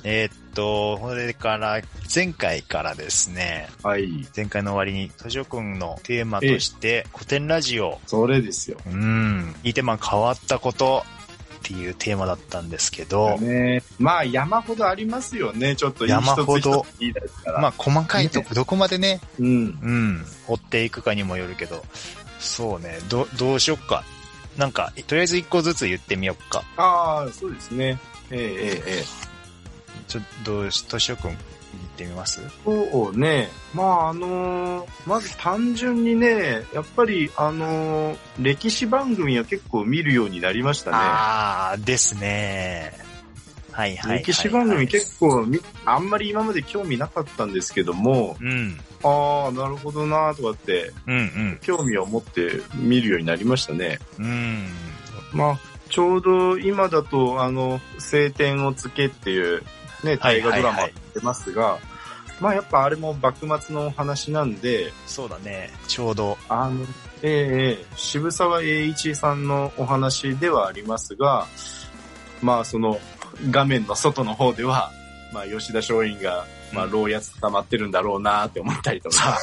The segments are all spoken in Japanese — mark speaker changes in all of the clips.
Speaker 1: それから前回からですね、
Speaker 2: はい。
Speaker 1: 前回の終わりにとしおくんのテーマとして古典ラジオ、
Speaker 2: それですよ。
Speaker 1: いいテーマ変わったことっていうテーマだったんですけど、
Speaker 2: ね、まあ山ほどありますよね。ちょっと
Speaker 1: 山ほど
Speaker 2: いいですから。
Speaker 1: まあ細かいとこ、どこまでね、
Speaker 2: 追
Speaker 1: っていくかにもよるけど、そうね、どうしよっか。なんかとりあえず一個ずつ言ってみよっか。
Speaker 2: ああ、そうですね。
Speaker 1: としおくん言ってみます？
Speaker 2: そうね。まあまず単純にね、やっぱり歴史番組は結構見るようになりましたね。
Speaker 1: ああ、ですね。はいはいはい、はい。
Speaker 2: 歴史番組結構あんまり今まで興味なかったんですけども、ああ、なるほどなとかって、興味を持って見るようになりましたね。まあ、ちょうど今だと、青天を衝けっていうね、大河ドラマ出ますが、まあやっぱあれも幕末のお話なんで、
Speaker 1: そうだね、ちょうど。
Speaker 2: 渋沢栄一さんのお話ではありますが、まあその画面の外の方では、まあ吉田松陰が、まあ牢屋捕まってるんだろうなって思ったりとか、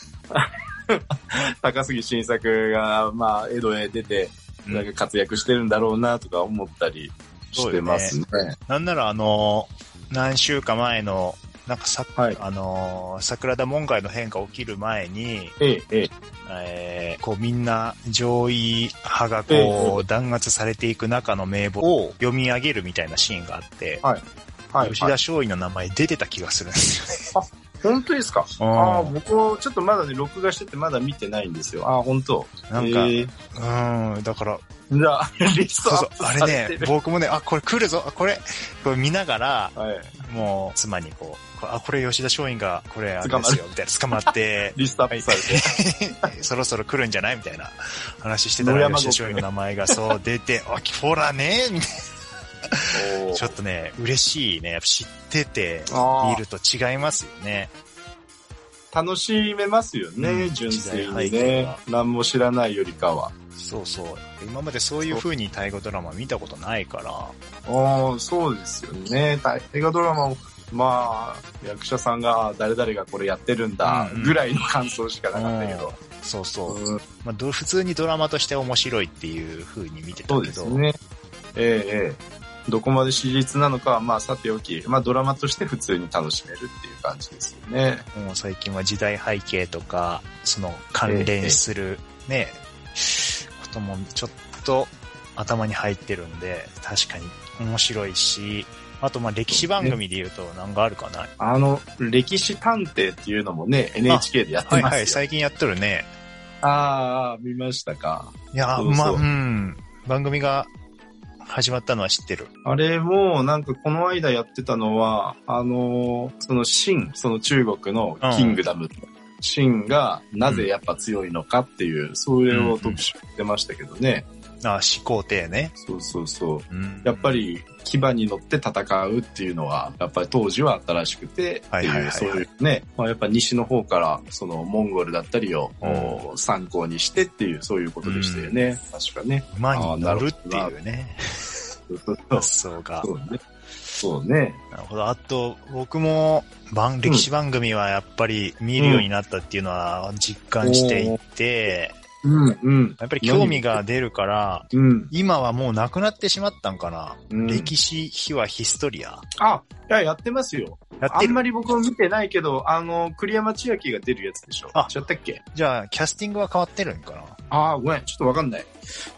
Speaker 2: 高杉晋作が、まあ江戸へ出て、なんか活躍してるんだろうなとか思ったりしてますね。
Speaker 1: なんなら何週か前の、なんか桜田門外の変が起きる前に、こうみんな上位派がこう弾圧されていく中の名簿を読み上げるみたいなシーンがあって、吉田松陰の名前出てた気がするんですよね。
Speaker 2: 本当ですか？ああ、僕ちょっとまだね、録画しててまだ見てないんですよ。ああ、本当。
Speaker 1: なんか、だから、
Speaker 2: じゃあ、リストアップ
Speaker 1: あれね、僕もね、これ来るぞ、これ見ながら、もう、妻にこれ吉田松陰が、これあれですよ、みたいな、捕まって、
Speaker 2: リストアップされて、
Speaker 1: そろそろ来るんじゃないみたいな話してたら、吉田松陰の名前がそう出て、ほらね、みたいな。ちょっとね、嬉しいね。やっぱ知ってて、見ると違いますよね。
Speaker 2: 楽しめますよね、純粋にね。何も知らないよりかは。
Speaker 1: そうそう。今までそういう風に大河ドラマ見たことないから。
Speaker 2: そうですよね。大河ドラマも、まあ、役者さんが誰々がこれやってるんだ、ぐらいの感想しかなかったけど。
Speaker 1: そうそう。まあ、普通にドラマとして面白いっていう風に見てたけど。
Speaker 2: そうですね。どこまで史実なのかはまあさておき、まあドラマとして普通に楽しめるっていう感じですよね。
Speaker 1: もう最近は時代背景とか、その関連するね、こともちょっと頭に入ってるんで、確かに面白いし、あとまあ歴史番組で言うと何があるかな。
Speaker 2: 歴史探偵っていうのもね、NHK でやってますよ。
Speaker 1: 最近やっとるね。
Speaker 2: 見ましたか。
Speaker 1: いや、番組が始まったのは知ってる。
Speaker 2: あれも、なんかこの間やってたのは、その中国のキングダム、秦がなぜやっぱ強いのかっていう、それを特集してましたけどね。
Speaker 1: 始皇帝ね。
Speaker 2: そう。やっぱり牙に乗って戦うっていうのは、やっぱり当時は新しくて、っていう、そういうね、まあ、やっぱ西の方から、そのモンゴルだったりを参考にしてっていう、そういうことでしたよね。確かね。
Speaker 1: 馬に乗るっていうね。そうか。
Speaker 2: そうね。
Speaker 1: なるほど。あと、僕も歴史番組はやっぱり見るようになったっていうのは実感していて、やっぱり興味が出るから、今はもうなくなってしまったんかな。歴史秘話ヒストリア。
Speaker 2: やってますよ。あんまり僕も見てないけど、栗山千明が出るやつでしょ。違ったっけ？
Speaker 1: じゃあ、キャスティングは変わってるんかな。
Speaker 2: ごめん、ちょっとわかんない。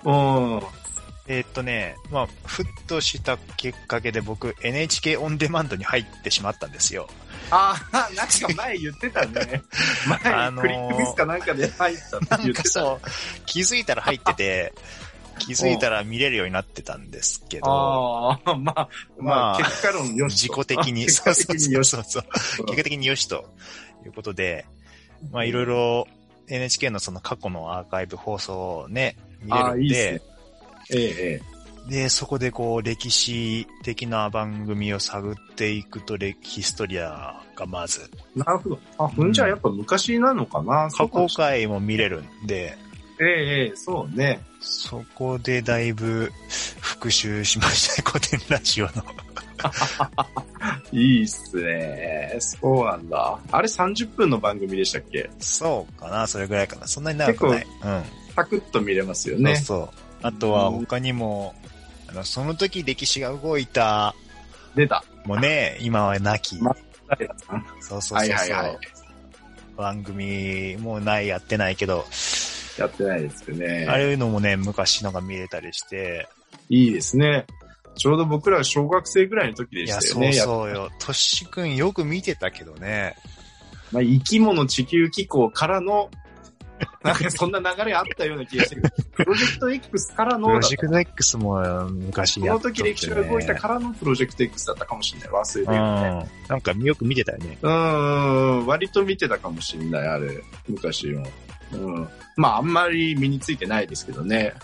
Speaker 1: まあ、ふっとしたきっかけで僕 NHK オンデマンドに入ってしまったんですよ。
Speaker 2: なんか前言ってたね。前、クリックミスかなんかで入ったって言ってた。なんかそう、
Speaker 1: 気づいたら入ってて、気づいたら見れるようになってたんですけど。
Speaker 2: まあ、結果論よし
Speaker 1: と。自己的に、そう。結果的によしということで、まあいろいろ NHK のその過去のアーカイブ放送をね、見れるんで、で、そこでこう歴史的な番組を探っていくとヒストリアがまず。
Speaker 2: なるほど。じゃあやっぱ昔なのかな。
Speaker 1: 過去回も見れるんで。
Speaker 2: そうね。
Speaker 1: そこでだいぶ復習しましたね、古典ラジオの。
Speaker 2: いいっすね。そうなんだ。あれ30分の番組でしたっけ？
Speaker 1: そうかな、それぐらいかな。そんなに長くない。うん。
Speaker 2: サクッと見れますよね。
Speaker 1: そうそう。あとは他にも、その時歴史が動いた。
Speaker 2: 出た。
Speaker 1: もうね、今はなき。そうそうそう。
Speaker 2: はいはいはい。
Speaker 1: 番組もうやってないけど。
Speaker 2: やってないですよね。
Speaker 1: ああいうのもね、昔のが見れたりして。
Speaker 2: いいですね。ちょうど僕ら小学生ぐらいの時でしたよね。
Speaker 1: いや、そうよ。トシ君よく見てたけどね。
Speaker 2: まあ、生き物地球機構からの、なんかそんな流れあったような気がしてる。プロジェクト X からの。
Speaker 1: プロジェクト X も昔やってた、ね。
Speaker 2: この時歴史が動いたからのプロジェクト X だったかもしれない。忘れてるね。
Speaker 1: なんかよく見てたよね。
Speaker 2: 割と見てたかもしれない、あれ。昔も。まあ、あんまり身についてないですけどね。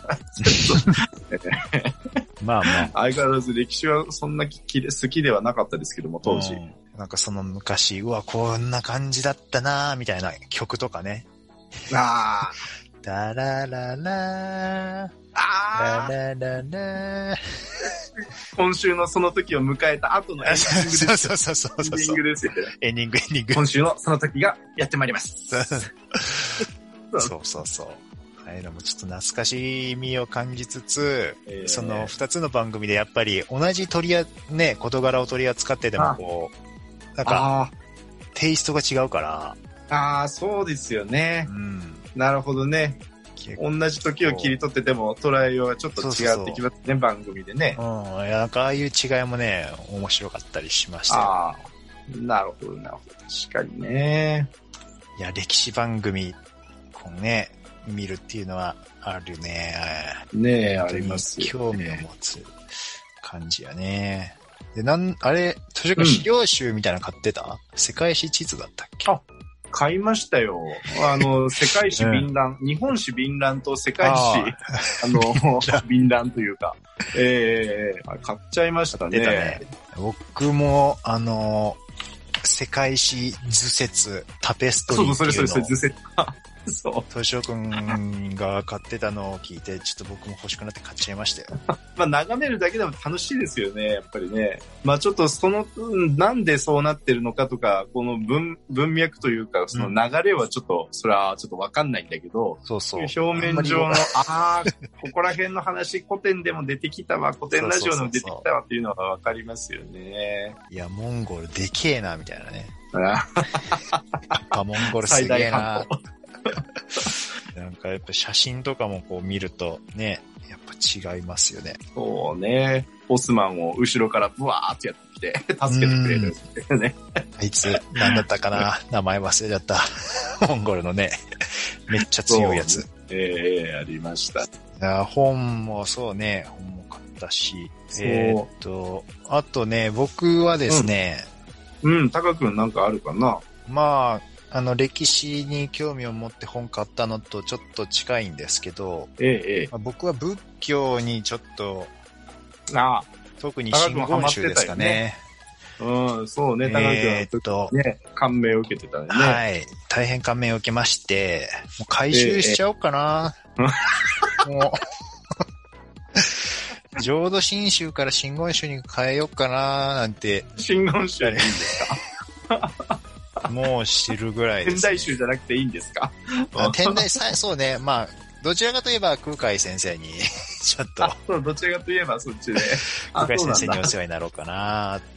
Speaker 2: まあまあ。相変わらず歴史はそんな好きではなかったですけども、当時。
Speaker 1: なんかその昔、こんな感じだったなみたいな曲とかね。
Speaker 2: ああ。
Speaker 1: ダラララー。
Speaker 2: ああ。
Speaker 1: ララララー。
Speaker 2: 今週のその時を迎えた後のエンディングです。
Speaker 1: そう。
Speaker 2: エンディングですよね。
Speaker 1: エンディング。
Speaker 2: 今週のその時がやってまいります。
Speaker 1: そう。ああいうのもちょっと懐かしみを感じつつ、その2つの番組でやっぱり同じ事柄を取り扱っててもなんか、テイストが違うから。あ
Speaker 2: あ、そうですよね。なるほどね。同じ時を切り取ってても捉えようがちょっと違ってきますね、番組でね。
Speaker 1: なんかああいう違いもね、面白かったりしましたよ。
Speaker 2: ああ、なるほど。確かにね。
Speaker 1: いや、歴史番組、見るっていうのはあるね。
Speaker 2: ねえ、あります
Speaker 1: よね。興味を持つ感じやね。で、あれ、図書館資料集みたいなの買ってた？世界史地図だったっけ？
Speaker 2: 買いましたよ。世界史便覧、日本史便覧と世界史、便覧というか、買っちゃいましたね。
Speaker 1: 出たね。僕も、世界史図説、タペストリーっていうのを。
Speaker 2: そう、図説。そう。
Speaker 1: トシオくんが買ってたのを聞いて、ちょっと僕も欲しくなって買っちゃいましたよ。
Speaker 2: まあ眺めるだけでも楽しいですよね、やっぱりね。まあちょっとなんでそうなってるのかとか、この文脈というか、その流れはちょっと、それはちょっとわかんないんだけど、
Speaker 1: そう。
Speaker 2: 表面上の、ここら辺の話、古典でも出てきたわ、古典ラジオでも出てきたわっていうのはわかりますよね。
Speaker 1: いや、モンゴルでけえな、みたいなね。モンゴルすげえな。なんかやっぱ写真とかも見るとね、やっぱ違いますよね。
Speaker 2: そうね。オスマンを後ろからブワーってやってきて、助けてくれるってね。
Speaker 1: あいつ、なんだったかな名前忘れちゃった。モンゴルのね、めっちゃ強いやつ。
Speaker 2: ありました。
Speaker 1: 本もそうね、本も買ったし。あとね、僕はですね。
Speaker 2: タカ君なんかあるかな？
Speaker 1: まあ、歴史に興味を持って本買ったのとちょっと近いんですけど、僕は仏教にちょっと、特に真言宗ですかね。
Speaker 2: そうね、高君ね、感銘を受けてたね。
Speaker 1: はい。大変感銘を受けまして、もう回収しちゃおうかな。もう、浄土真宗から真言宗に変えようかななんて。
Speaker 2: 真言宗でいいんですか？
Speaker 1: もう知るぐらいです、ね。
Speaker 2: 天台宗じゃなくていいんですか？
Speaker 1: 天台そうね。まあ、どちらかといえば空海先生に、ちょっと。
Speaker 2: そう、どちらかといえばそっちで。
Speaker 1: 空海先生にお世話になろうかなって。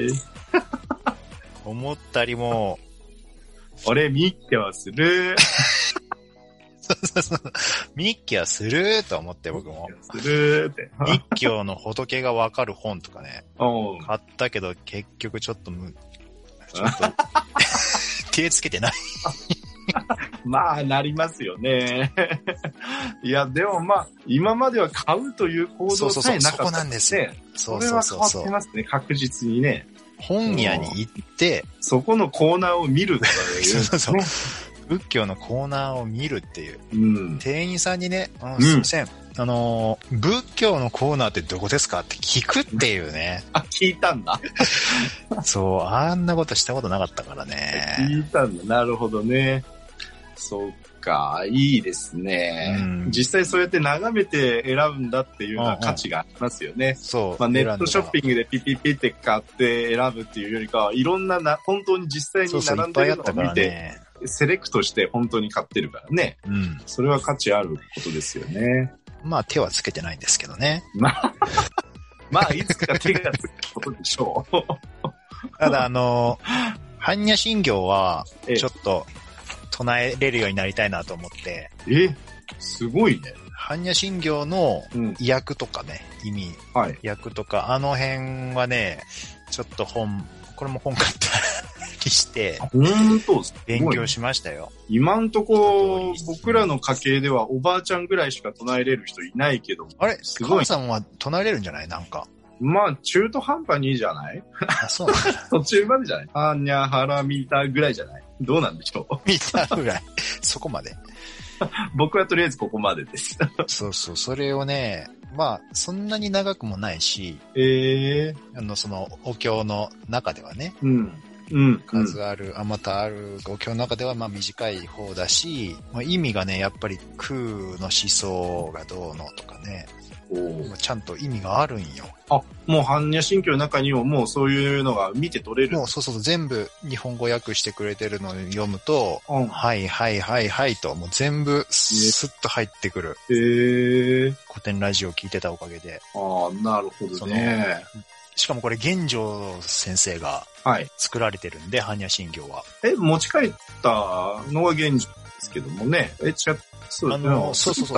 Speaker 1: 思ったりも。
Speaker 2: 俺、密教はする。
Speaker 1: そう。密教はすると思って僕も。
Speaker 2: するって。
Speaker 1: 密教の仏がわかる本とかね。買ったけど結局ちょっと手つけてない。
Speaker 2: まあ、なりますよね。いや、でもまあ、今までは買うという行動さえなかった。
Speaker 1: そこなんですよ。
Speaker 2: それは変わってますね、確実にね。
Speaker 1: 本屋に行って、
Speaker 2: そこのコーナーを見るとかいう。
Speaker 1: そう。仏教のコーナーを見るっていう。店員さんにね、すいません。仏教のコーナーってどこですかって聞くっていうね。
Speaker 2: 聞いたんだ。
Speaker 1: そう、あんなことしたことなかったからね。
Speaker 2: 聞いたんだ。なるほどね。そっか、いいですね。実際そうやって眺めて選ぶんだっていうような価値がありますよね。
Speaker 1: そう。
Speaker 2: まあ、ネットショッピングでピピピって買って選ぶっていうよりかは、いろんな本当に実際に並んでるのを見て、セレクトして本当に買ってるからね。それは価値あることですよね。
Speaker 1: まあ手はつけてないんですけどね。
Speaker 2: まあいつか手がつくことでしょう。
Speaker 1: ただ般若心経は、ちょっと唱えれるようになりたいなと思って。
Speaker 2: すごいね。
Speaker 1: 般若心経の意訳とかね、意味、訳とか、あの辺はね、ちょっとこれも本買ったりして、勉強しましたよ。
Speaker 2: 今んとこ、僕らの家系ではおばあちゃんぐらいしか唱えれる人いないけど。
Speaker 1: あれすごい。母さんは唱えれるんじゃないなんか。
Speaker 2: まあ、中途半端にいいじゃない？
Speaker 1: そうなんだ。
Speaker 2: 途中までじゃない？はにゃはらみたぐらいじゃない？どうなんでしょう？
Speaker 1: みたぐらい。そこまで。
Speaker 2: 僕はとりあえずここまでです。
Speaker 1: そうそう、それをね、まあ、そんなに長くもないし、その、お経の中ではね、数ある、あまたあるお経の中では、まあ短い方だし、まあ、意味がね、やっぱり空の思想がどうのとかね、ちゃんと意味があるんよ。
Speaker 2: もう般若心経の中にももうそういうのが見て取れる。
Speaker 1: もうそう全部日本語訳してくれてるのを読むと、はいはいはいはいと、もう全部スッと入ってくる。古典ラジオ聞いてたおかげで。
Speaker 2: なるほどね。
Speaker 1: しかもこれ玄奘先生が作られてるんで、般若心経は。
Speaker 2: 持ち帰ったのが玄奘ですけどもね。そう。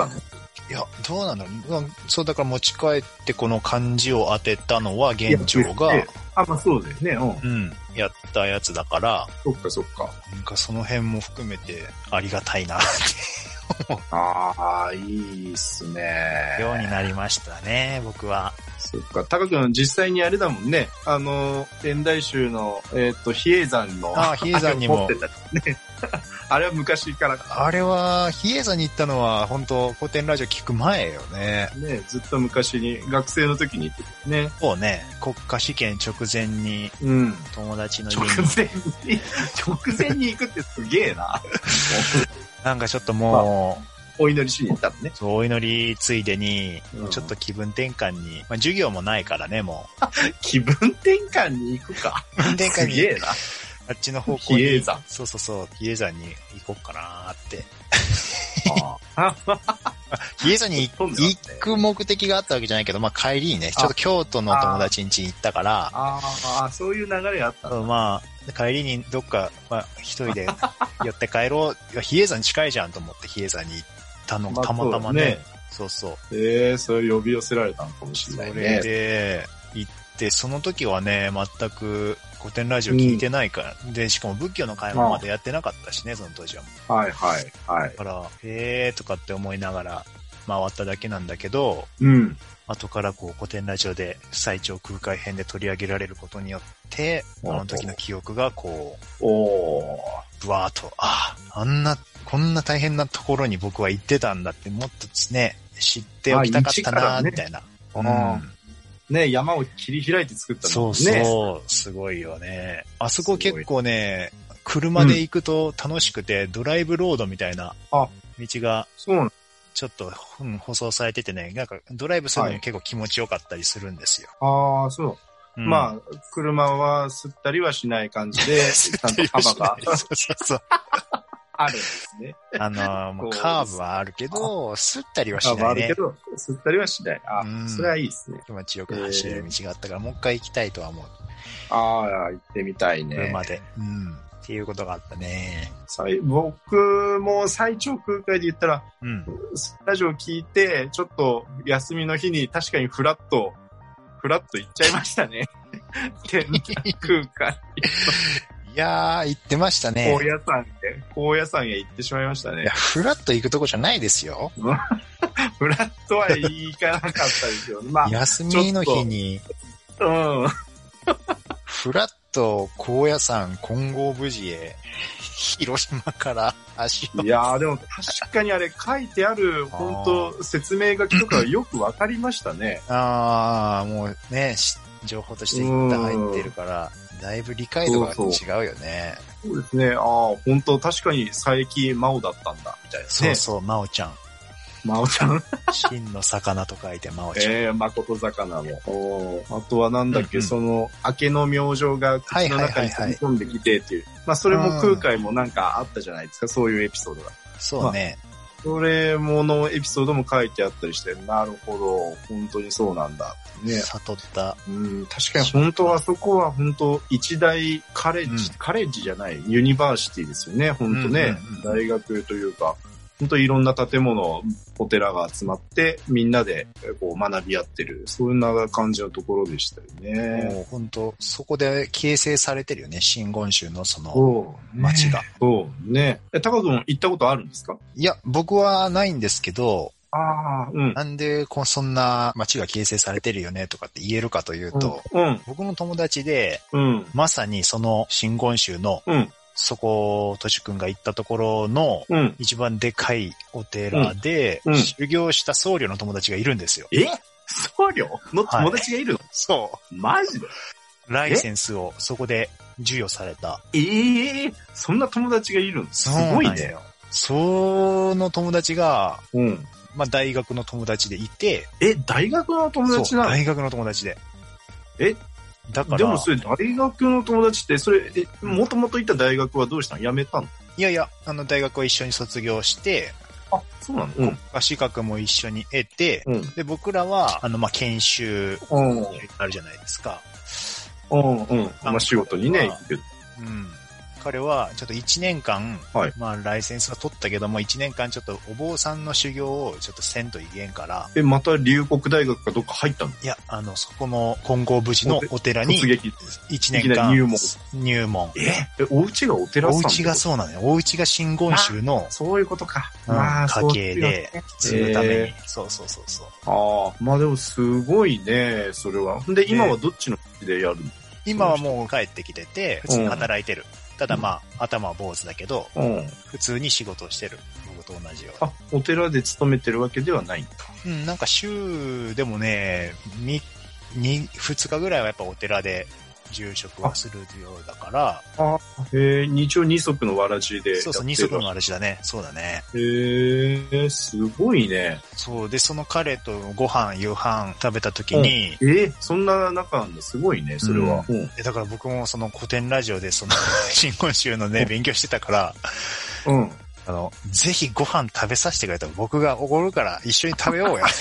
Speaker 1: いや、どうなんだろう。そう、だから持ち帰ってこの漢字を当てたのは玄奘が。
Speaker 2: まあそうだよね。
Speaker 1: やったやつだから。
Speaker 2: そっかそっか。
Speaker 1: なんかその辺も含めてありがたいなって思
Speaker 2: う。いいっすね。
Speaker 1: ようになりましたね、僕は。
Speaker 2: そっか。タカ君実際にあれだもんね。天台宗の、比叡山の。
Speaker 1: 比叡山にも。
Speaker 2: 持ってたね。あれは昔から
Speaker 1: あれは、比叡山に行ったのは、本当古典ラジオ聞く前よね。
Speaker 2: ね、ずっと昔に、学生の時に行ってたね。
Speaker 1: そうね、国家試験直前に、友達の家に。
Speaker 2: 直前に行くってすげえな。
Speaker 1: なんかちょっとも
Speaker 2: う、お祈りしに行ったのね。
Speaker 1: そう、お祈りついでに、ちょっと気分転換に、まあ授業もないからね、もう。
Speaker 2: 気分転換に行くか。
Speaker 1: 気分転換に。
Speaker 2: すげえな。
Speaker 1: あっちの方向に。
Speaker 2: 比叡山。
Speaker 1: そう、比叡山に行こうかなーって。比叡山に行く目的があったわけじゃないけど、まあ帰りにね、ちょっと京都の友達ん家に行ったから。
Speaker 2: そういう流れがあったの。
Speaker 1: まあ、帰りにどっか、まあ一人で寄って帰ろう。比叡山近いじゃんと思って比叡山に行ったのがたまたまね。そう。
Speaker 2: それ呼び寄せられたのかもしれないね。
Speaker 1: それで、行って、その時はね、全く古典ラジオ聞いてないから、で、しかも仏教の会もまだやってなかったしね、その当時は。だから、とかって思いながら回っただけなんだけど、後からこう古典ラジオで最長空海編で取り上げられることによって、あの時の記憶がこう、ぶわーっと、こんな大変なところに僕は行ってたんだって、もっとね、知っておきたかったな、みたいな。
Speaker 2: ね、山を切り開いて作ったんだもんね。
Speaker 1: そう、すごいよね。あそこ結構ね、車で行くと楽しくて、ドライブロードみたいな道が、ちょっと舗装されててね、なんかドライブするのも結構気持ちよかったりするんですよ。
Speaker 2: そう。まあ、車は吸ったりはしない感じで、ちゃんと幅が。そう。あるんですね。
Speaker 1: カーブはあるけど、吸ったりはしないね。
Speaker 2: カーブあるけど、吸ったりはしない。それはいいですね。
Speaker 1: 気持ちよく走れる道があったから、もう一回行きたいとは思う。
Speaker 2: 行ってみたいね。
Speaker 1: 車で。っていうことがあったね。
Speaker 2: 僕も最長空海で言ったら、ラジオ聞いて、ちょっと休みの日に確かにフラッと行っちゃいましたね。空海。
Speaker 1: いやー、行ってましたね。
Speaker 2: 高野山へ行ってしまいましたね。
Speaker 1: いや、フラッと行くとこじゃないですよ。
Speaker 2: フラッとは行かなかったですよ。まあ、
Speaker 1: 休みの日に、フラッと高野山金剛無事へ、広島から足を。
Speaker 2: いやー、でも確かにあれ書いてある、本当説明書きとかよくわかりましたね。
Speaker 1: もうね、情報として一旦入ってるから、だいぶ理解度が違うよね。
Speaker 2: そうですね。本当確かに佐伯真央だったんだ、みたいなね。
Speaker 1: そうそう、真央ちゃん。
Speaker 2: 真央ちゃん
Speaker 1: 真の魚と書いて真央ちゃん。
Speaker 2: 誠魚も。あとはなんだっけ、その、明けの明星が口の中に飛び込んできてっていう。まあ、それも空海もなんかあったじゃないですか、そういうエピソードが。
Speaker 1: そうね。
Speaker 2: それものエピソードも書いてあったりして、なるほど、本当にそうなんだ。ね。
Speaker 1: 悟った。
Speaker 2: 確かに本当はそこは本当一大カレッジじゃない、ユニバーシティですよね、本当ね。大学というか、本当いろんな建物、お寺が集まってみんなでこう学び合ってる、そんな感じのところでしたよね。
Speaker 1: もう本当そこで形成されてるよね、真言宗のその街が。
Speaker 2: そうね。タカ君行ったことあるんですか？
Speaker 1: いや、僕はないんですけど、
Speaker 2: うん、
Speaker 1: なんでそんな街が形成されてるよねとかって言えるかというと、僕の友達で、まさにその真言宗の、そこ、としくんが行ったところの、一番でかいお寺で、修行した僧侶の友達がいるんですよ。
Speaker 2: 僧侶の友達がいるの？
Speaker 1: そう。
Speaker 2: マジで？
Speaker 1: ライセンスをそこで授与された。
Speaker 2: そんな友達がいるの？すごいね。
Speaker 1: その友達が、まあ大学の友達でいて。
Speaker 2: 大学の友達なの？
Speaker 1: 大学の友達で。だから。
Speaker 2: でもそれ大学の友達って、それ、もともといた大学はどうしたの？辞めたの？
Speaker 1: いやいや、大学は一緒に卒業して、
Speaker 2: そうなの？
Speaker 1: 国家資格も一緒に得て、で、僕らは、まあ、研修、あるじゃないですか。
Speaker 2: まあ、仕事にね、行く。
Speaker 1: 彼は、ちょっと1年間、まあ、ライセンスは取ったけども、1年間ちょっとお坊さんの修行をちょっとせんといけんから。
Speaker 2: また龍谷大学かどっか入ったの？
Speaker 1: いや、そこの金剛無事のお寺に、1年間入門。
Speaker 2: お家がお寺さん？
Speaker 1: お家がそうなのよ。お家が真言宗の、
Speaker 2: そういうことか。
Speaker 1: 家系で、継ぐために。そう。
Speaker 2: まあでもすごいね、それは。で、今はどっちの家でやるの？
Speaker 1: 今はもう帰ってきてて、普通に働いてる。ただまあ、頭は坊主だけど、普通に仕事をしてる。僕と同じよう
Speaker 2: に。お寺で勤めてるわけではないんだ。
Speaker 1: なんか週でもね、2日ぐらいはやっぱお寺で住職はするようだから。
Speaker 2: 一応二足のわらじで。
Speaker 1: そう、二足のわらじだね。そうだね。
Speaker 2: すごいね。
Speaker 1: そう。で、その彼とご飯、夕飯食べた時に。
Speaker 2: そんな仲なんだ。すごいね、それは。
Speaker 1: だから僕もその古典ラジオでその真言宗のね、勉強してたから、ぜひご飯食べさせてくれたら僕がおごるから一緒に食べようや。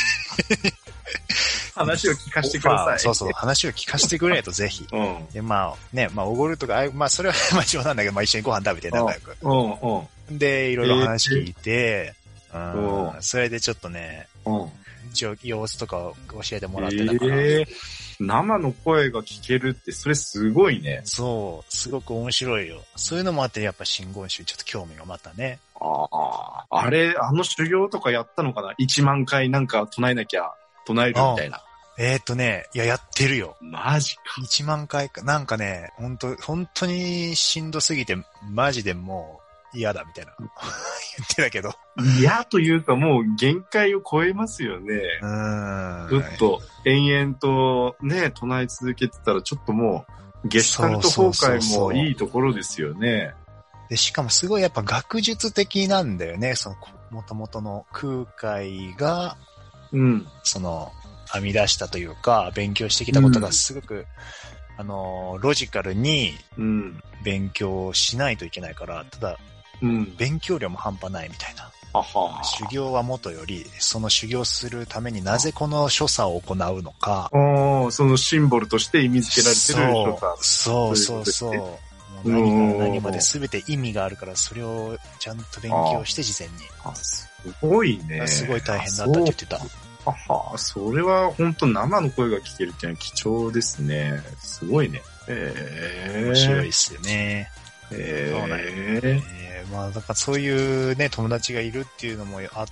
Speaker 2: 話を聞かせてください。
Speaker 1: そう、話を聞かせてくれと、ぜひ。で、まあね、まあ、おごるとか、まあ、それはまあ冗談だけど、まあ、一緒にご飯食べて仲良く。で、いろいろ話聞いて、それでちょっとね、様子とかを教えてもらってたから。
Speaker 2: 生の声が聞けるって、それすごいね。
Speaker 1: そう、すごく面白いよ。そういうのもあって、やっぱ真言宗ちょっと興味がまたね。
Speaker 2: あれ、修行とかやったのかな？ 1 万回なんか唱えなきゃ唱えるみたいな。
Speaker 1: いや、やってるよ。
Speaker 2: マジか。
Speaker 1: 1万回か。なんかね、本当にしんどすぎて、マジでもう嫌だみたいな。言ってたけど。
Speaker 2: 嫌というかもう限界を超えますよね。ずっと延々とね、唱え続けてたらちょっともう、ゲシュタルト崩壊もいいところですよね。
Speaker 1: で、しかもすごいやっぱ学術的なんだよね。その、元々の空海が、その、編み出したというか、勉強してきたことがすごく、ロジカルに勉強しないといけないから、ただ、勉強量も半端ないみたいな。修行はもとより、その修行するためになぜこの所作を行うのか。
Speaker 2: そのシンボルとして意味付けられてる所作。
Speaker 1: そう。何から何まで全て意味があるから、それをちゃんと勉強して事前に。
Speaker 2: すごいね。
Speaker 1: すごい大変だったって言ってた。
Speaker 2: それは本当生の声が聞けるっていうのは貴重ですね。すごいね。
Speaker 1: 面白いっすよね。そうなんよ。まあだからそういうね、友達がいるっていうのもあって、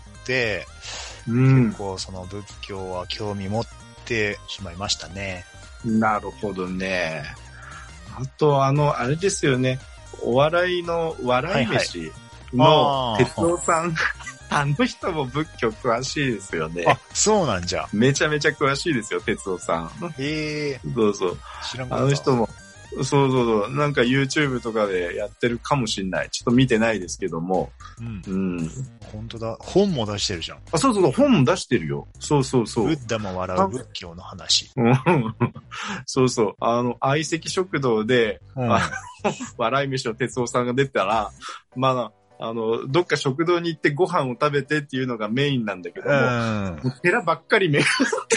Speaker 1: 結構その仏教は興味持ってしまいましたね。
Speaker 2: なるほどね。あとあれですよね。お笑いの笑い飯の哲夫さん。あの人も仏教詳しいですよね。
Speaker 1: そうなんじゃ。
Speaker 2: めちゃめちゃ詳しいですよ、哲夫さん。
Speaker 1: そう。
Speaker 2: 知らんかった。あの人も、 そうそうそう。なんか YouTube とかでやってるかもしんない。ちょっと見てないですけども。
Speaker 1: うん。本当だ。本も出してるじゃん。
Speaker 2: あ、そうそうそう。本も出してるよ。そうそうそう。
Speaker 1: ブッダも笑う仏教の話。
Speaker 2: そうそう。相席食堂で、笑い飯の哲夫さんが出たら、まあ、どっか食堂に行ってご飯を食べてっていうのがメインなんだけども、もう寺ばっかり巡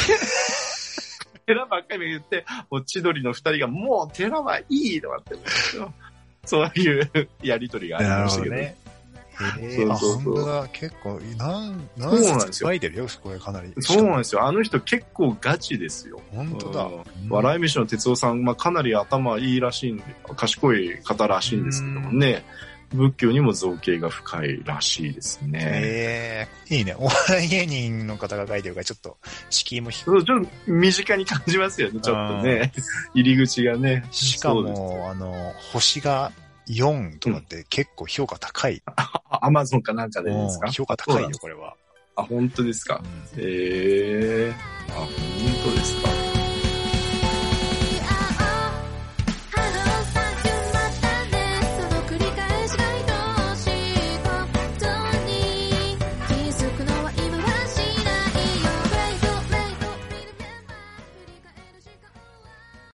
Speaker 2: って、もう千鳥の二人がもう寺はいいとかって、そういうやりとりがありましたけど。なるほどね。
Speaker 1: 本当だ。結構、何冊書いてるよ、これかなり。
Speaker 2: そうなんですよ。あの人結構ガチですよ。
Speaker 1: 本当だ。
Speaker 2: 笑い飯の哲夫さん、まあかなり頭いいらしいんで、賢い方らしいんですけどもね。仏教にも造形が深いらしいですね。
Speaker 1: いいね。お笑い芸人の方が書いてるから、ちょっと、敷居も低い。
Speaker 2: ちょっと身近に感じますよね、ちょっとね。入り口がね。
Speaker 1: しかも、星が4とかって結構評価高い。
Speaker 2: アマゾンかなんかでですか？
Speaker 1: 評価高いよ、これは。
Speaker 2: あ、本当ですか。あ、本当ですか。